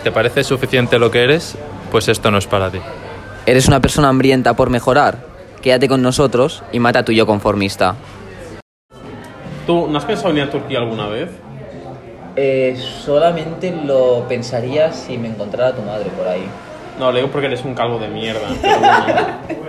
te parece suficiente lo que eres, pues esto no es para ti. ¿Eres una persona hambrienta por mejorar? Quédate con nosotros y mata a tu yo conformista. ¿Tú no has pensado en ir a Turquía alguna vez? Solamente lo pensaría si me encontrara tu madre por ahí. No, lo digo porque eres un calvo de mierda. Pero bueno.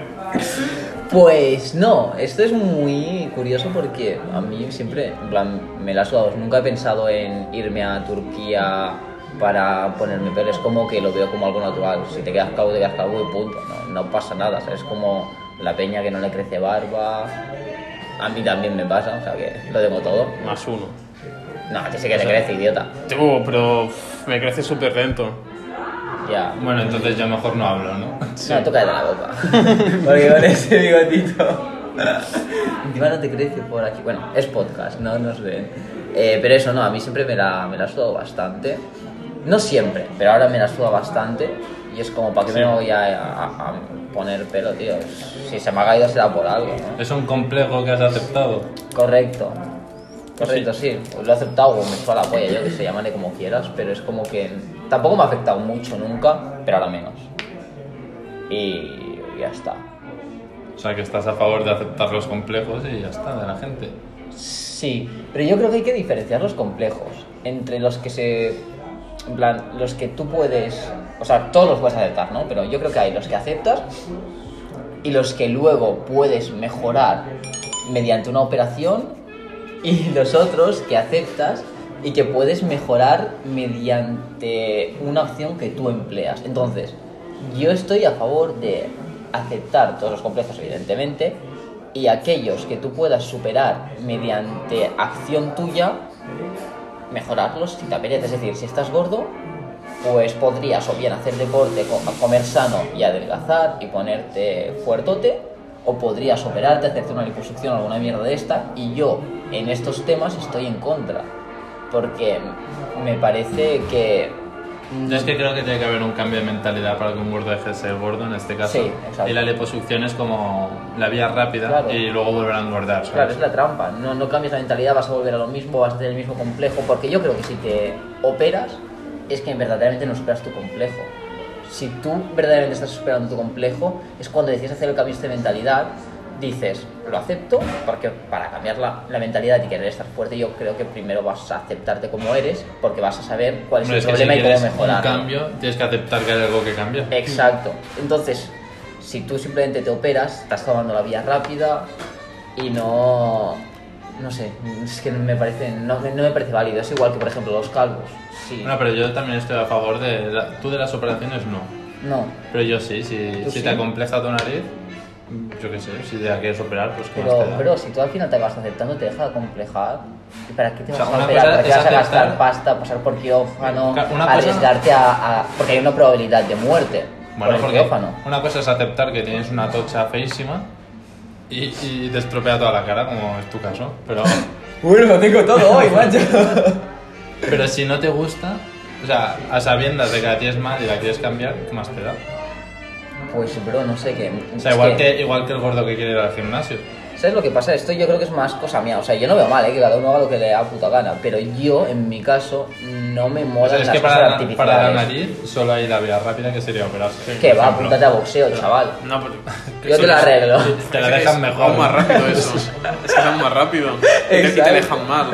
Pues no, esto es muy curioso porque a mí siempre, en plan, me la ha sudado. Nunca he pensado en irme a Turquía para ponerme pelo. Es como que lo veo como algo natural. Si te quedas calvo y punto. No pasa nada, ¿sabes? Es como la peña que no le crece barba. A mí también me pasa, o sea que lo tengo todo. +1. No, a ti sí que te crece, idiota. Pero me crece súper lento. Ya. Bueno, entonces ya mejor no hablo, ¿no? Sí. No, tú cállate la boca. Porque con ese bigotito. Encima no te crece por aquí. Bueno, es podcast, no nos ven. Pero eso no, a mí siempre me la ha sudado bastante. No siempre, pero ahora me la suda bastante. Y es como, ¿para qué me voy a poner pelo, tío? Si se me ha caído será por algo, ¿no? Es un complejo que has aceptado. Correcto, sí. Pues lo he aceptado, me suda la polla, yo que sé, llámale como quieras. Pero es como que tampoco me ha afectado mucho nunca, pero ahora menos. Y ya está. O sea, que estás a favor de aceptar los complejos y ya está, de la gente. Sí, pero yo creo que hay que diferenciar los complejos entre los que en plan, los que tú puedes... O sea, todos los puedes aceptar, ¿no? Pero yo creo que hay los que aceptas y los que luego puedes mejorar mediante una operación y los otros que aceptas y que puedes mejorar mediante una opción que tú empleas. Entonces, yo estoy a favor de aceptar todos los complejos, evidentemente, y aquellos que tú puedas superar mediante acción tuya, mejorarlos si te apetece. Es decir, si estás gordo, pues podrías o bien hacer deporte, comer sano y adelgazar y ponerte fuertote, o podrías operarte, hacerte una liposucción o alguna mierda de esta. Y yo en estos temas estoy en contra, porque me parece que... Yo es que creo que tiene que haber un cambio de mentalidad para que un gordo deje de ser gordo en este caso. Sí, exacto. Y la liposucción es como la vía rápida, claro, y luego volver a engordar, ¿sabes? Claro, es la trampa. No cambias la mentalidad, vas a volver a lo mismo, vas a tener el mismo complejo. Porque yo creo que si te operas, es que verdaderamente no superas tu complejo. Si tú verdaderamente estás superando tu complejo, es cuando decides hacer el cambio de mentalidad. Dices, lo acepto, porque para cambiar la mentalidad y querer estar fuerte, yo creo que primero vas a aceptarte como eres, porque vas a saber cuál es el problema y cómo mejorarlo. Un cambio, tienes que aceptar que hay algo que cambia. Exacto. Entonces, si tú simplemente te operas, estás tomando la vía rápida y no sé, es que no me parece válido. Es igual que, por ejemplo, los calvos. Sí. No, pero yo también estoy a favor de... Tú de las operaciones no. Pero yo sí, si te acompleja tu nariz... Yo qué sé, si te la quieres operar, pues que pero si tú al final te vas aceptando, te deja de complejar. ¿Y para qué te vas a operar? ¿Para qué vas a gastar pasta, pasar por quirófano, arriesgarte porque hay una probabilidad de muerte por el quirófano? Una cosa es aceptar que tienes una tocha feísima y te estropea toda la cara, como es tu caso, pero... Bueno, tengo todo hoy, macho. Pero si no te gusta, o sea, a sabiendas de que la tienes mal y la quieres cambiar, ¿qué más te da? Pues, bro, no sé qué... O sea, igual que el gordo que quiere ir al gimnasio. ¿Sabes lo que pasa? Esto yo creo que es más cosa mía. O sea, yo no veo mal, que cada uno haga lo que le da puta gana. Pero yo, en mi caso, no me molan las cosas artificiales. Para la nariz solo hay la vía rápida, que sería operarse. ¿Qué va? Apúntate a boxeo, chaval. No, pero... Yo te la arreglo. Te la dejan mejor. Aún más rápido eso. Es que es aún más rápido. Y te dejan mal.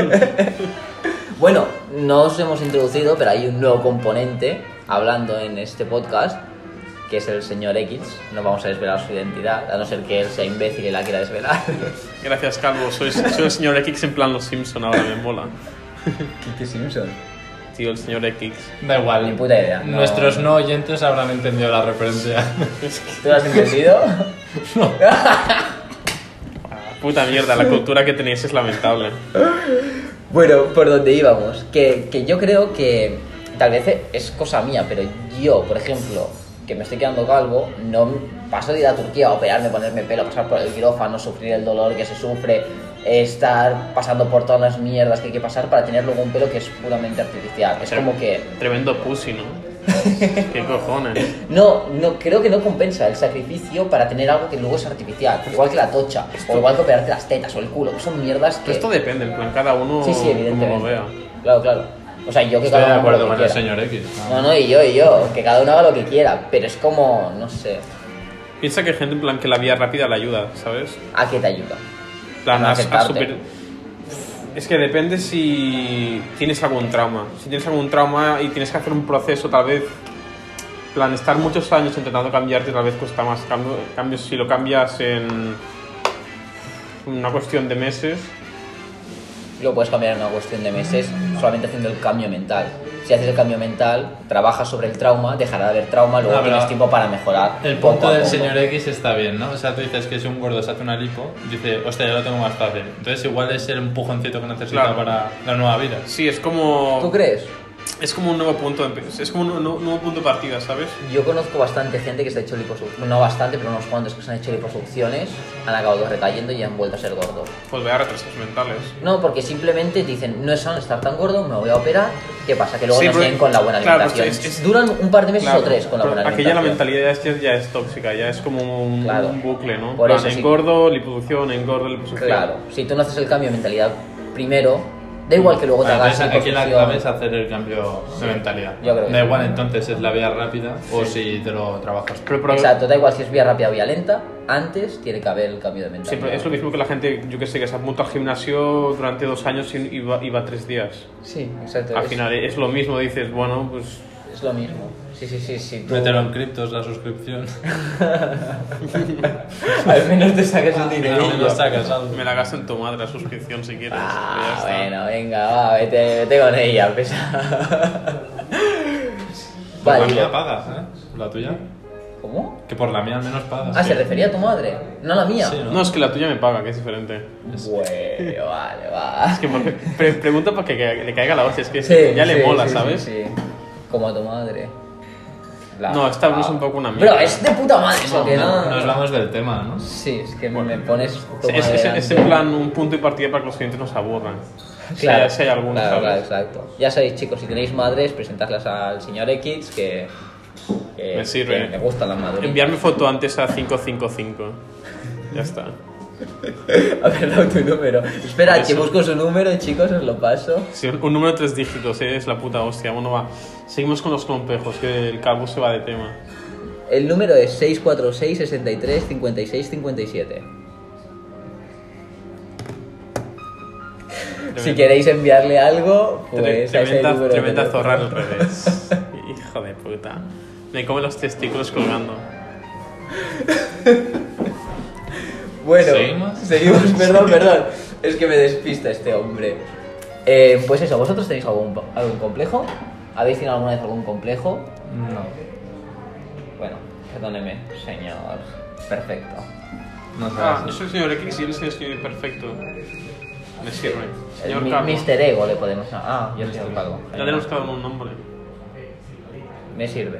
Bueno, no os hemos introducido, pero hay un nuevo componente hablando en este podcast, que es el señor X. No vamos a desvelar su identidad, a no ser que él sea imbécil y la quiera desvelar. Gracias, Calvo. Soy el señor X en plan Los Simpson, ahora me mola. ¿Qué Simpson? Tío, el señor X. Da igual. Ni puta idea. Nuestros no oyentes habrán entendido la referencia. ¿Tú lo has entendido? No. Puta mierda, la cultura que tenéis es lamentable. Bueno, por donde íbamos. Que yo creo que tal vez es cosa mía, pero yo, por ejemplo, que me estoy quedando calvo, no paso de ir a Turquía a operarme, ponerme pelo, pasar por el quirófano, sufrir el dolor que se sufre, estar pasando por todas las mierdas que hay que pasar para tener luego un pelo que es puramente artificial. Es como que... Tremendo pussy, ¿no? ¿Qué cojones? No, creo que no compensa el sacrificio para tener algo que luego es artificial. Igual que la tocha, o igual que operarte las tetas o el culo, que son mierdas que... Esto depende, en plan, cada uno sí, evidentemente. como lo vea. Claro. O sea, yo que Estoy cada de uno haga acuerdo lo con que el quiera. señor X. No, y yo, que cada uno haga lo que quiera, pero es como, no sé, Piensa que hay gente en plan que la vía rápida le ayuda, ¿sabes? ¿a qué te ayuda? En plan, No a aceptarte. Es que depende si tienes algún trauma. Si tienes algún trauma y tienes que hacer un proceso, tal vez... En plan, estar muchos años intentando cambiarte tal vez cuesta más. Cambios si lo cambias en una cuestión de meses. Lo puedes cambiar en una cuestión de meses solamente haciendo el cambio mental. Si haces el cambio mental, trabajas sobre el trauma, dejará de haber trauma, luego tienes tiempo para mejorar. El punto del señor X está bien, ¿no? O sea, tú dices que si un gordo se hace una lipo, dice, hostia, ya lo tengo más fácil. Entonces igual es el empujoncito que necesita para la nueva vida. Sí, es como... ¿Tú crees? Es como un nuevo punto es como un nuevo punto de partida, ¿sabes? Yo conozco bastante gente que se ha hecho liposucciones, no bastante, pero unos cuantos que se han hecho liposucciones, han acabado recayendo y han vuelto a ser gordos. Pues vea retrasos mentales. No, porque simplemente dicen, no es sano estar tan gordo, me voy a operar. ¿Qué pasa? Que luego Sí, no pero- siguen con la buena claro, alimentación. pues Duran un par de meses Claro, o 3 con la pero buena aquí ya la alimentación. mentalidad ya es tóxica, ya es como un, Claro. un bucle, ¿no? Por En eso plan, sí. engordo, liposucción. Claro, si tú no haces el cambio de mentalidad primero, da igual que luego te hagas Entonces, aquí la liposucción. clave es hacer el cambio de mentalidad. yo creo que Da sí. igual entonces es la vía rápida o si te lo trabajas. Pero Exacto, da igual si es vía rápida o vía lenta, antes tiene que haber el cambio de mentalidad. siempre es lo mismo que la gente, yo que sé, que se apunta al gimnasio durante 2 años y iba 3 días. Sí, exacto. Al es, final es lo mismo, dices, bueno, pues... es lo mismo. Sí. tú- Mételo en criptos, la suscripción. Al menos te sacas un Al dinerillo. menos sacas algo. Me la gasto en tu madre la suscripción si quieres. Ah, Ya está. bueno, venga, va, vete con ella, pesa. Por la Vale, mía pagas, ¿eh? La tuya. ¿Cómo? Que por la mía al menos pagas. Ah, se refería a tu madre, no a la mía. Sí, ¿no? No, es que la tuya me paga, que es diferente. Bueno, vale, va. Es que pregunta para que le caiga la hostia, es que Sí, ya le sí, mola, sí, ¿sabes? Sí. Como a tu madre. No, esta no es un poco una mierda. Bro, es de puta madre eso, que no. Nos vamos del tema, ¿no? Sí, es que me pones. tu Es, madre es delante. en plan un punto y partida para que los clientes nos aburran. Claro, si hay alguno, claro, ¿sabes? exacto. Ya sabéis, chicos, si tenéis madres, presentadlas al señor X, que Me sirve. que me gustan las madres. Enviarme foto antes a 555. Ya está. A ver, dado tu número. Espera, Eso. que busco su número, chicos, os lo paso. Sí, un número de 3 dígitos, es la puta hostia. Bueno, va. Seguimos con los complejos, que el calvo se va de tema. El número es 646 63 56 57. Si queréis enviarle algo, pues a ese número de Tremenda teléfono. zorra al revés. Hijo de puta. Me come los testículos colgando. Bueno, ¿Seguimos? perdón. Es que me despista este hombre. Pues eso, ¿vosotros tenéis algún complejo? ¿Habéis tenido alguna vez algún complejo? No. Bueno, perdóneme, señor. Perfecto. No sé. Yo soy el señor X y él es el señor perfecto. Me sirve. Señor El Calvo. Mr. Ego le podemos llamar. Ah, yo soy el calvo. Ya tenemos cada uno un nombre. Me sirve.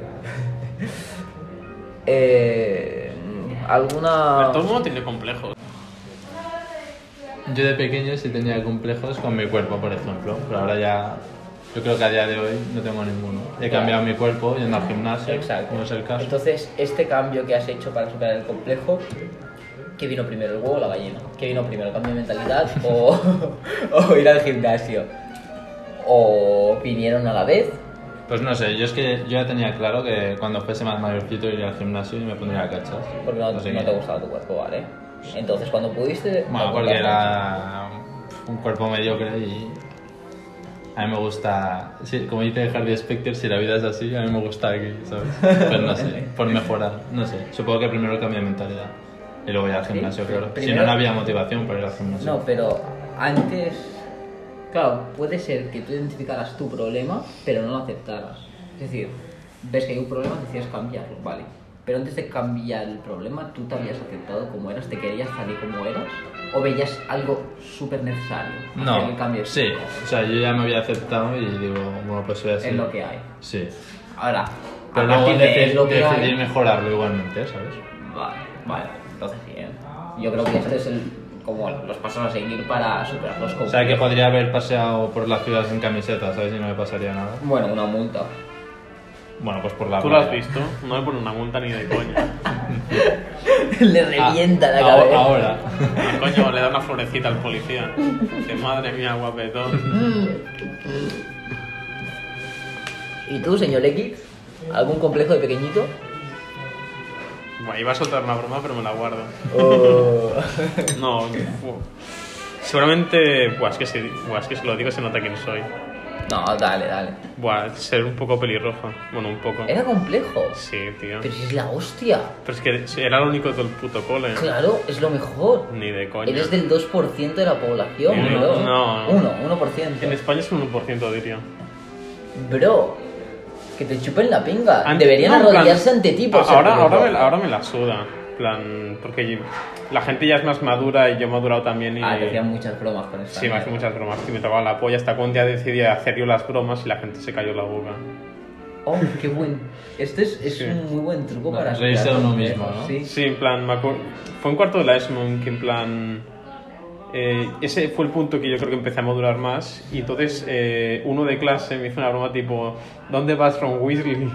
A ver, ¿Alguna...? todo el mundo tiene complejos. Yo de pequeño sí tenía complejos con mi cuerpo, por ejemplo, pero ahora ya, yo creo que a día de hoy no tengo ninguno. He cambiado mi cuerpo yendo al gimnasio, Exacto. no es el caso. Entonces, este cambio que has hecho para superar el complejo, ¿qué vino primero, el huevo o la gallina? ¿Qué vino primero, el cambio de mentalidad o ir al gimnasio? ¿O vinieron a la vez? Pues no sé, yo es que yo ya tenía claro que cuando fuese más mayorcito iría al gimnasio y me pondría cachas. Porque no Así te que- gustaba tu cuerpo, ¿vale? Entonces, cuando pudiste... Bueno, porque era un cuerpo mediocre y a mí me gusta, sí, como dice Harvey Specter, si la vida es así, a mí me gusta aquí, ¿sabes? Pues no sé, por mejorar, no sé. Supongo que primero el cambio de mentalidad y luego ya al gimnasio, Sí, claro. primero- Si no, no había motivación para ir al gimnasio. No, pero antes... Claro, puede ser que tú identificaras tu problema, pero no lo aceptaras. Es decir, ves que hay un problema, decides cambiarlo, vale. Pero antes de cambiar el problema, ¿tú te habías aceptado como eras? ¿Te querías tal y como eras? ¿O veías algo súper necesario? No, hacer el cambio sí, o sea, yo ya me había aceptado y digo, bueno, pues soy así. Es lo que hay. Sí. Ahora, Pero a luego partir de es lo que decidí hay... mejorarlo igualmente, ¿sabes? Vale, entonces bien. Yo creo que este es como los pasos a seguir para superar los O complejos. sea, que podría haber paseado por la ciudad sin camiseta, ¿sabes? Y no me pasaría nada. Bueno, una multa. Bueno, pues por la ¿Tú lo has playa. visto? No me pone una multa ni de coña. Le revienta la Ah, cabeza. Ahora. Ah, coño, le da una florecita al policía. Que madre mía, guapetón. ¿Y tú, señor X? ¿Algún complejo de pequeñito? Bueno, iba a soltar una broma, pero me la guardo. Oh. No, seguramente... Buah, es que si lo digo se nota quién soy. No, dale. Buah, ser un poco pelirroja. Bueno, un poco. Era complejo. Sí, tío. Pero si es la hostia. Pero es que era lo único de todo el puto cole. Claro, es lo mejor. Ni de coña. Eres del 2% de la población, Ni de- bro. no. 1%. En España es un 1%, diría. Bro, que te chupen la pinga. Ante- Deberían no, en plan, arrodillarse ante ti por ser ahora pelirrojo. me la suda. En plan, porque la gente ya es más madura y yo he madurado también. Y Te hacían muchas bromas con eso. sí, me hacen muchas bromas. Y me tocaba la polla hasta que un día decidí hacer yo las bromas y la gente se cayó la boca. Oh, qué buen. Este es Sí. un muy buen truco No, para reírse de superar uno complejos, mismo, ¿no? Sí. Sí, en plan, fue un cuarto de la ESMO en que en plan... ese fue el punto que yo creo que empecé a madurar más y entonces uno de clase me hizo una broma tipo ¿dónde vas from Weasley?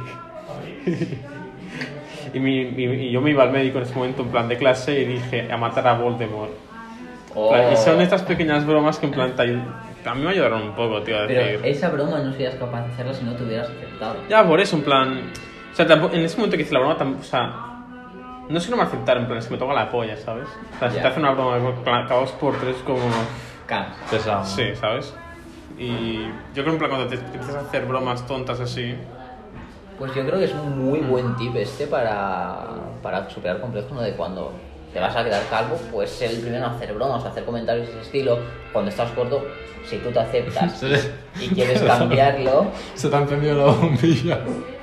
y yo me iba al médico en ese momento en plan de clase y dije a matar a Voldemort. En plan, y son estas pequeñas bromas que en plan a mí me ayudaron un poco, tío, a decir... Pero esa broma no serías capaz de hacerla si no te hubieras aceptado. Ya, por eso, en plan... O sea, en ese momento que hice la broma, o sea... No es que no me aceptaran, en plan, es que me toca la polla, ¿sabes? O sea, si Ya. te hace una broma, acabados por tres como... Can. Pesado. Sí, ¿sabes? Y yo creo en plan cuando te empiezas a hacer bromas tontas así... Pues yo creo que es un muy buen tip este para superar complejos, ¿no? De cuando te vas a quedar calvo, pues ser el primero en hacer bromas, hacer comentarios de ese estilo. Cuando estás gordo, si tú te aceptas Sí. y quieres cambiarlo... Se te ha encendido la bombilla.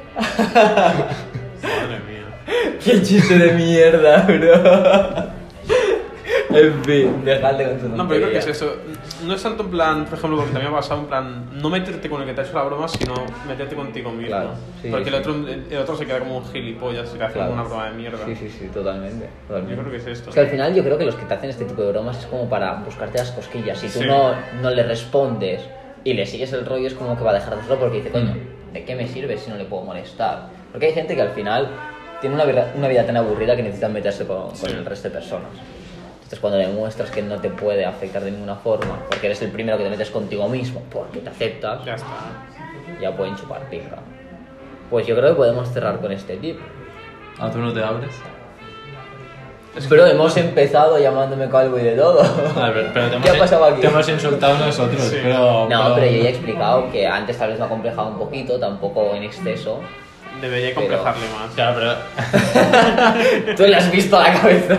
Madre mía. ¡Qué chiste de mierda, bro! En fin, dejadle con tu No, pero yo creo que es tontería. eso. No es tanto en plan, por ejemplo, lo que también me ha pasado, en plan, no meterte con el que te ha hecho la broma, sino meterte contigo mismo. Claro, sí, Porque sí. el otro se queda como un gilipollas y le hace Claro. una broma de mierda. Sí, totalmente. Yo creo que es esto. Es que al final yo creo que los que te hacen este tipo de bromas es como para buscarte las cosquillas. Si tú Sí. no le respondes y le sigues el rollo, es como que va a dejar de hacerlo porque dice, coño, ¿de qué me sirve si no le puedo molestar? Porque hay gente que al final tiene una vida tan aburrida que necesitan meterse con Sí. el resto de personas. Entonces cuando le muestras que no te puede afectar de ninguna forma, porque eres el primero que te metes contigo mismo, porque te aceptas, Ya está. ya pueden chupar pinga. Pues yo creo que podemos cerrar con este tip. ¿Ah, tú no te abres? Pero hemos empezado llamándome calvo y de todo. A ver, pero ¿Qué ha pasado aquí? te hemos insultado nosotros, Sí. pero... No, pero yo ya he explicado que antes tal vez me ha complejado un poquito, tampoco en exceso. Debería Pero- complejarle más. Claro, pero... Tú le has visto la cabeza.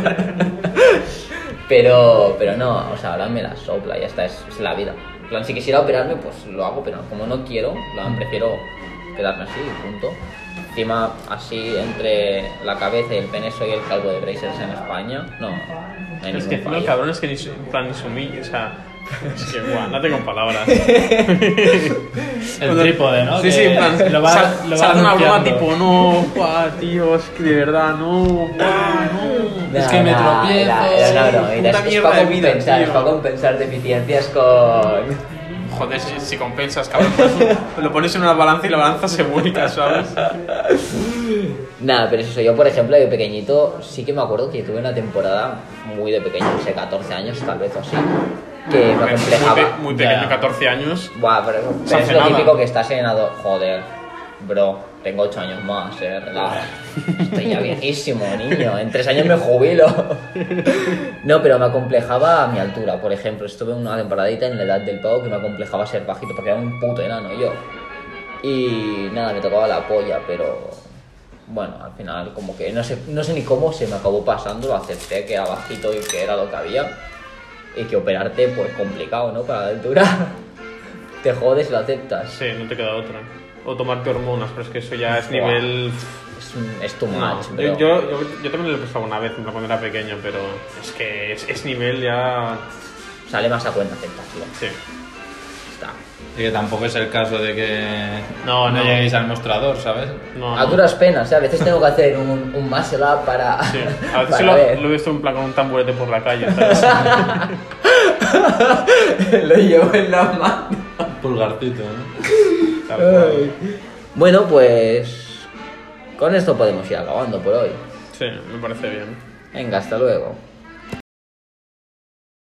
Pero no, o sea, ahora me la sopla, ya está, es la vida. En plan, si quisiera operarme, pues lo hago, pero como no quiero, en plan, prefiero quedarme así, punto. Encima, así, entre la cabeza y el pene, soy el calvo de Brazers en España. No hay Es ningún que encima el fallo. cabrón es que en plan ni se humilla, o sea... Es que, guau, no tengo palabras. El trípode, ¿no? Sí, Que sí, en plan, lo va sale una broma anunciando. tipo, no, guau, tío, es que de verdad, no, guau, no. Es que me tropiezo. Era una bromita, Puta es mierda para de vida, compensar, tío. es para compensar deficiencias con... Joder, si compensas, cabrón, lo pones en una balanza y la balanza se vuelca, ¿sabes? Nada, pero es eso, yo por ejemplo de pequeñito sí que me acuerdo que tuve una temporada muy de pequeño, no sé, 14 años tal vez o así, que me acomplejaba. Muy pequeño, Ya. 14 años. Buah, pero Se es hace lo nada. típico que estás en joder, bro, tengo 8 años más, relaja. Estoy ya viejísimo, niño, en 3 años me jubilo. No, pero me acomplejaba a mi altura, por ejemplo, estuve una temporadita en la edad del pavo que me acomplejaba ser bajito porque era un puto enano yo. Y nada, me tocaba la polla, pero bueno, al final como que no sé ni cómo se me acabó pasando, lo acepté que era bajito y que era lo que había. Y que operarte, pues complicado, ¿no? Para la altura. Te jodes y lo aceptas. Sí, no te queda otra. O tomarte hormonas, pero es que eso ya es Buah. nivel... Es too No, much, yo, bro. yo también lo he pensado una vez, en plan, cuando era pequeño, pero es que es nivel ya... Sale más a cuenta aceptarlo. Sí. Está. Y que tampoco es el caso de que No, no. lleguéis al mostrador, ¿sabes? No, A no. duras penas, ¿eh? A veces tengo que hacer un muscle up para... Sí. A veces para ver. lo he visto en plan con un tamborete por la calle, ¿sabes? Lo llevo en la mano. Pulgarcito, ¿no? Tal cual. Ay. Bueno, pues... Con esto podemos ir acabando por hoy. Sí, me parece bien. Venga, hasta luego.